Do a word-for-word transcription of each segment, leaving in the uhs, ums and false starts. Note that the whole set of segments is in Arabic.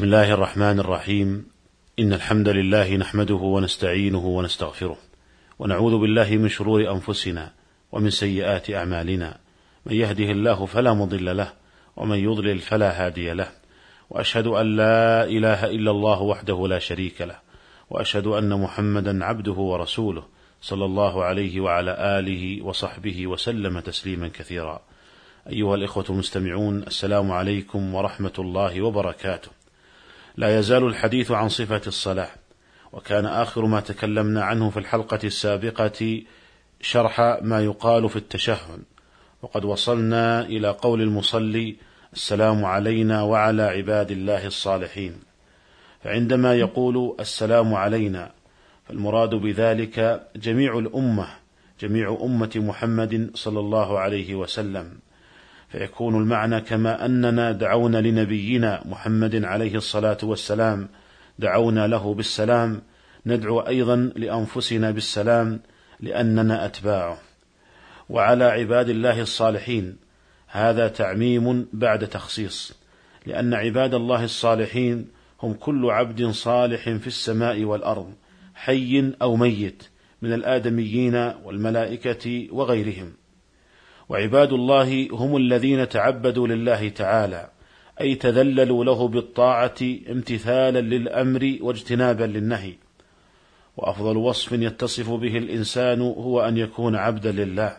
بسم الله الرحمن الرحيم. إن الحمد لله نحمده ونستعينه ونستغفره، ونعوذ بالله من شرور أنفسنا ومن سيئات أعمالنا، من يهده الله فلا مضل له، ومن يضلل فلا هادي له، وأشهد أن لا إله إلا الله وحده لا شريك له، وأشهد أن محمدا عبده ورسوله صلى الله عليه وعلى آله وصحبه وسلم تسليما كثيرا. أيها الإخوة المستمعون، السلام عليكم ورحمة الله وبركاته. لا يزال الحديث عن صفة الصلاة، وكان آخر ما تكلمنا عنه في الحلقة السابقة شرح ما يقال في التشهد، وقد وصلنا إلى قول المصلي: السلام علينا وعلى عباد الله الصالحين. فعندما يقول السلام علينا فالمراد بذلك جميع الأمة، جميع أمة محمد صلى الله عليه وسلم، فيكون المعنى كما أننا دعونا لنبينا محمد عليه الصلاة والسلام دعونا له بالسلام، ندعو أيضا لأنفسنا بالسلام لأننا أتباعه. وعلى عباد الله الصالحين هذا تعميم بعد تخصيص، لأن عباد الله الصالحين هم كل عبد صالح في السماء والأرض، حي أو ميت، من الآدميين والملائكة وغيرهم. وعباد الله هم الذين تعبدوا لله تعالى، أي تذللوا له بالطاعة امتثالا للأمر واجتنابا للنهي. وأفضل وصف يتصف به الإنسان هو أن يكون عبدا لله،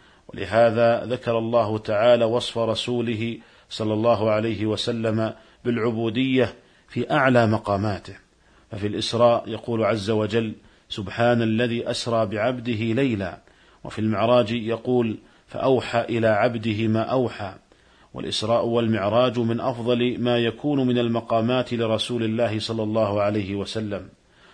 ولهذا ذكر الله تعالى وصف رسوله صلى الله عليه وسلم بالعبودية في أعلى مقاماته. ففي الإسراء يقول عز وجل: سبحان الذي أسرى بعبده ليلا. وفي المعراج يقول: فأوحى إلى عبده ما أوحى. والإسراء والمعراج من أفضل ما يكون من المقامات لرسول الله صلى الله عليه وسلم،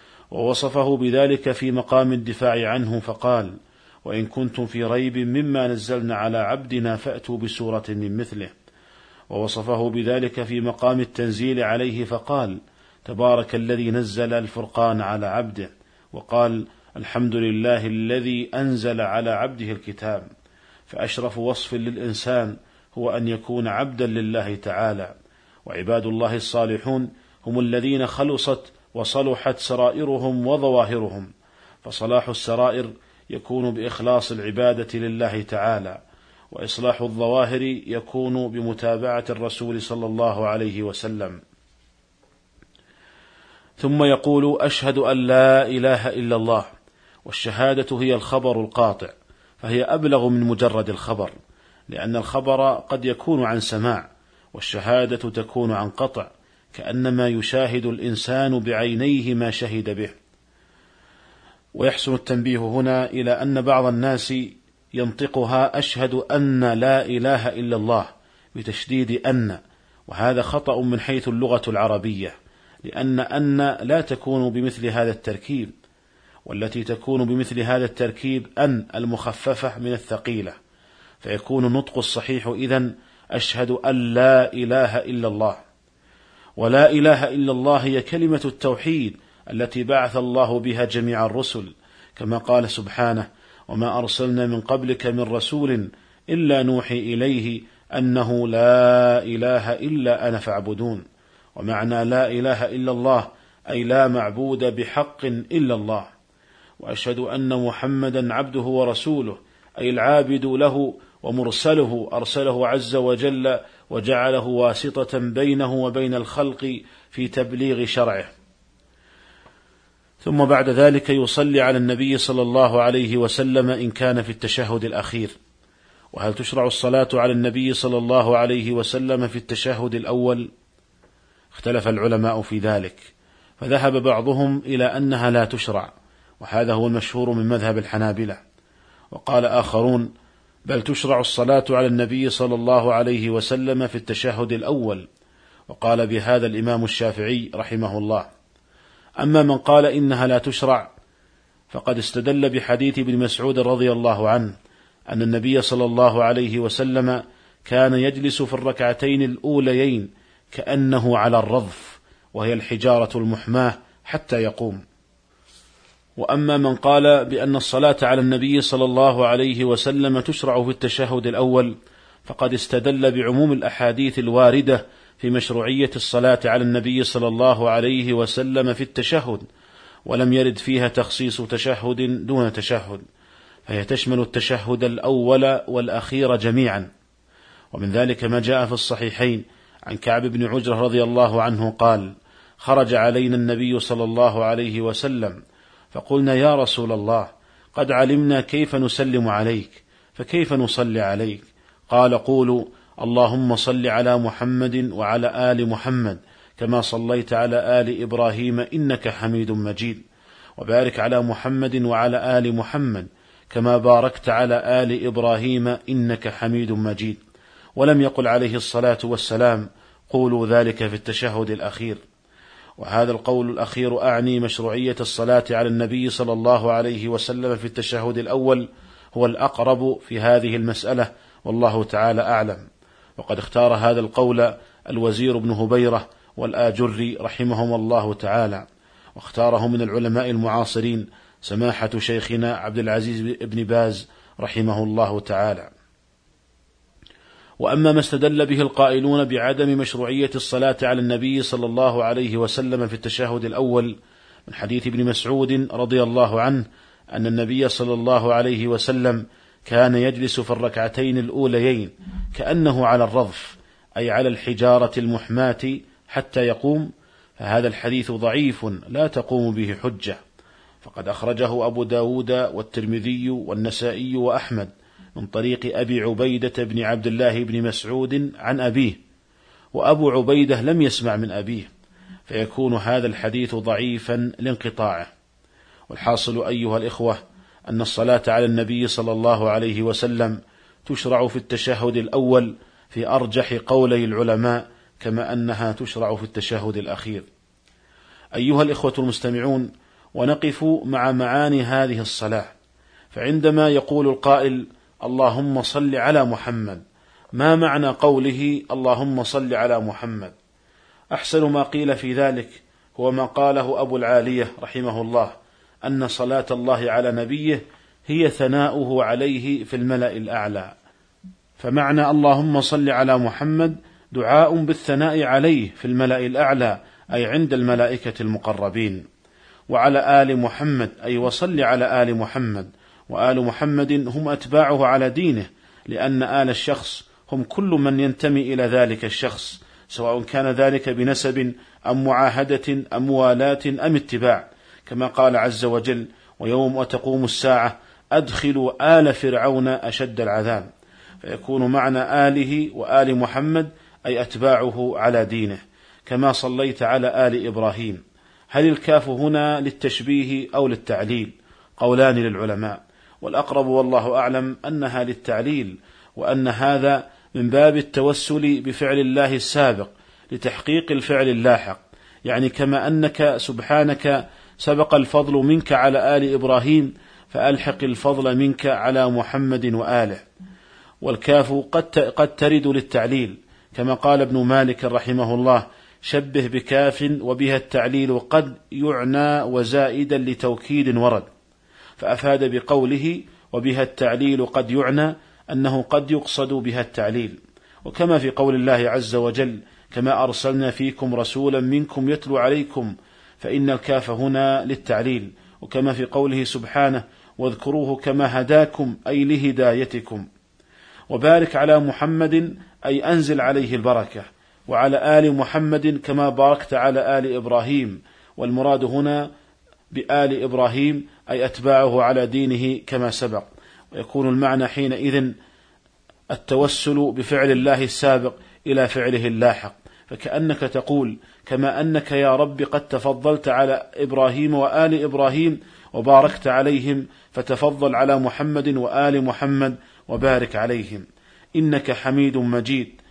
ووصفه بذلك في مقام الدفاع عنه فقال: وإن كنتم في ريب مما نزلنا على عبدنا فأتوا بسورة من مثله. ووصفه بذلك في مقام التنزيل عليه فقال: تبارك الذي نزل الفرقان على عبده. وقال: الحمد لله الذي أنزل على عبده الكتاب. فأشرف وصف للإنسان هو أن يكون عبدا لله تعالى. وعباد الله الصالحون هم الذين خلصت وصلحت سرائرهم وظواهرهم، فصلاح السرائر يكون بإخلاص العبادة لله تعالى، وإصلاح الظواهر يكون بمتابعة الرسول صلى الله عليه وسلم. ثم يقول: أشهد أن لا إله إلا الله. والشهادة هي الخبر القاطع، فهي أبلغ من مجرد الخبر، لأن الخبر قد يكون عن سماع، والشهادة تكون عن قطع، كأنما يشاهد الإنسان بعينيه ما شهد به. ويحسن التنبيه هنا إلى أن بعض الناس ينطقها أشهد أن لا إله إلا الله بتشديد أن، وهذا خطأ من حيث اللغة العربية، لأن أن لا تكون بمثل هذا التركيب، والتي تكون بمثل هذا التركيب أن المخففة من الثقيلة، فيكون النطق الصحيح إذن أشهد أن لا إله إلا الله. ولا إله إلا الله هي كلمة التوحيد التي بعث الله بها جميع الرسل، كما قال سبحانه: وما أرسلنا من قبلك من رسول إلا نوحي إليه أنه لا إله إلا أنا فاعبدون. ومعنى لا إله إلا الله أي لا معبود بحق إلا الله. وأشهد أن محمدا عبده ورسوله، أي العابد له ومرسله، أرسله عز وجل وجعله واسطة بينه وبين الخلق في تبليغ شرعه. ثم بعد ذلك يصلي على النبي صلى الله عليه وسلم إن كان في التشهد الأخير. وهل تشرع الصلاة على النبي صلى الله عليه وسلم في التشهد الأول؟ اختلف العلماء في ذلك، فذهب بعضهم إلى أنها لا تشرع، وهذا هو المشهور من مذهب الحنابلة. وقال آخرون: بل تشرع الصلاة على النبي صلى الله عليه وسلم في التشهد الأول، وقال بهذا الإمام الشافعي رحمه الله. أما من قال إنها لا تشرع فقد استدل بحديث ابن مسعود رضي الله عنه أن النبي صلى الله عليه وسلم كان يجلس في الركعتين الأوليين كأنه على الرضف، وهي الحجارة المحماة، حتى يقوم. وأما من قال بأن الصلاة على النبي صلى الله عليه وسلم تشرع في التشهد الأول فقد استدل بعموم الأحاديث الواردة في مشروعية الصلاة على النبي صلى الله عليه وسلم في التشهد، ولم يرد فيها تخصيص تشهد دون تشهد، فهي تشمل التشهد الأول والأخير جميعا. ومن ذلك ما جاء في الصحيحين عن كعب بن عجرة رضي الله عنه قال: خرج علينا النبي صلى الله عليه وسلم فقلنا: يا رسول الله، قد علمنا كيف نسلم عليك، فكيف نصلي عليك؟ قال: قولوا: اللهم صل على محمد وعلى آل محمد كما صليت على آل إبراهيم إنك حميد مجيد، وبارك على محمد وعلى آل محمد كما باركت على آل إبراهيم إنك حميد مجيد. ولم يقل عليه الصلاة والسلام: قولوا ذلك في التشهد الأخير. وهذا القول الأخير أعني مشروعية الصلاة على النبي صلى الله عليه وسلم في التشهد الأول هو الأقرب في هذه المسألة، والله تعالى أعلم. وقد اختار هذا القول الوزير بن هبيرة والآجري رحمهم الله تعالى، واختاره من العلماء المعاصرين سماحة شيخنا عبد العزيز بن باز رحمه الله تعالى. وأما ما استدل به القائلون بعدم مشروعية الصلاة على النبي صلى الله عليه وسلم في التشهد الأول من حديث ابن مسعود رضي الله عنه أن النبي صلى الله عليه وسلم كان يجلس في الركعتين الأوليين كأنه على الرضف، أي على الحجارة المحماة حتى يقوم، فهذا الحديث ضعيف لا تقوم به حجة، فقد أخرجه أبو داود والترمذي والنسائي وأحمد من طريق أبي عبيدة بن عبد الله بن مسعود عن أبيه، وأبو عبيدة لم يسمع من أبيه، فيكون هذا الحديث ضعيفا لانقطاعه. والحاصل أيها الإخوة أن الصلاة على النبي صلى الله عليه وسلم تشرع في التشهد الأول في أرجح قولي العلماء، كما أنها تشرع في التشهد الأخير. أيها الإخوة المستمعون، ونقف مع معاني هذه الصلاة. فعندما يقول القائل: اللهم صل على محمد، ما معنى قوله اللهم صل على محمد؟ أحسن ما قيل في ذلك هو ما قاله أبو العالية رحمه الله، أن صلاة الله على نبيه هي ثناؤه عليه في الملأ الأعلى. فمعنى اللهم صل على محمد دعاء بالثناء عليه في الملأ الأعلى، أي عند الملائكة المقربين. وعلى آل محمد أي وصل على آل محمد، وآل محمد هم أتباعه على دينه، لأن آل الشخص هم كل من ينتمي إلى ذلك الشخص، سواء كان ذلك بنسب أم معاهدة أم موالاة أم اتباع، كما قال عز وجل: ويوم تقوم الساعة أدخلوا آل فرعون أشد العذاب. فيكون معنى آله وآل محمد أي أتباعه على دينه، كما صليت على آل إبراهيم. هل الكاف هنا للتشبيه أو للتعليل؟ قولان للعلماء، والأقرب والله أعلم أنها للتعليل، وأن هذا من باب التوسل بفعل الله السابق لتحقيق الفعل اللاحق، يعني كما أنك سبحانك سبق الفضل منك على آل إبراهيم فألحق الفضل منك على محمد وآله. والكاف قد قد ترد للتعليل، كما قال ابن مالك رحمه الله: شبه بكاف وبها التعليل قد يعنى وزائدا لتوكيد ورد، فأفاد بقوله وبها التعليل قد يعنى أنه قد يقصد بها التعليل. وكما في قول الله عز وجل: كما أرسلنا فيكم رسولا منكم يتلو عليكم، فإن الكاف هنا للتعليل. وكما في قوله سبحانه: واذكروه كما هداكم أي لهدايتكم. وبارك على محمد أي أنزل عليه البركة، وعلى آل محمد كما باركت على آل إبراهيم، والمراد هنا بآل إبراهيم أي أتباعه على دينه كما سبق. ويكون المعنى حينئذ التوسل بفعل الله السابق إلى فعله اللاحق، فكأنك تقول: كما أنك يا رب قد تفضلت على إبراهيم وآل إبراهيم وباركت عليهم، فتفضل على محمد وآل محمد وبارك عليهم، إنك حميد مجيد.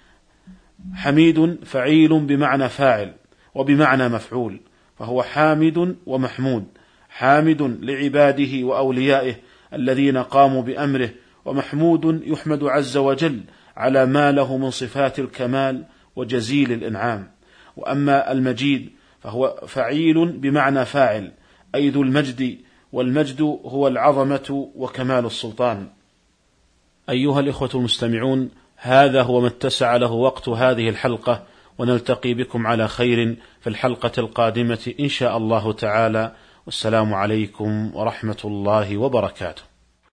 حميد فعيل بمعنى فاعل وبمعنى مفعول، فهو حامد ومحمود، حامد لعباده وأوليائه الذين قاموا بأمره، ومحمود يحمد عز وجل على ما له من صفات الكمال وجزيل الإنعام. وأما المجيد فهو فعيل بمعنى فاعل، أي ذو المجد، والمجد هو العظمة وكمال السلطان. أيها الإخوة المستمعون، هذا هو ما اتسع له وقت هذه الحلقة، ونلتقي بكم على خير في الحلقة القادمة إن شاء الله تعالى. والسلام عليكم ورحمة الله وبركاته.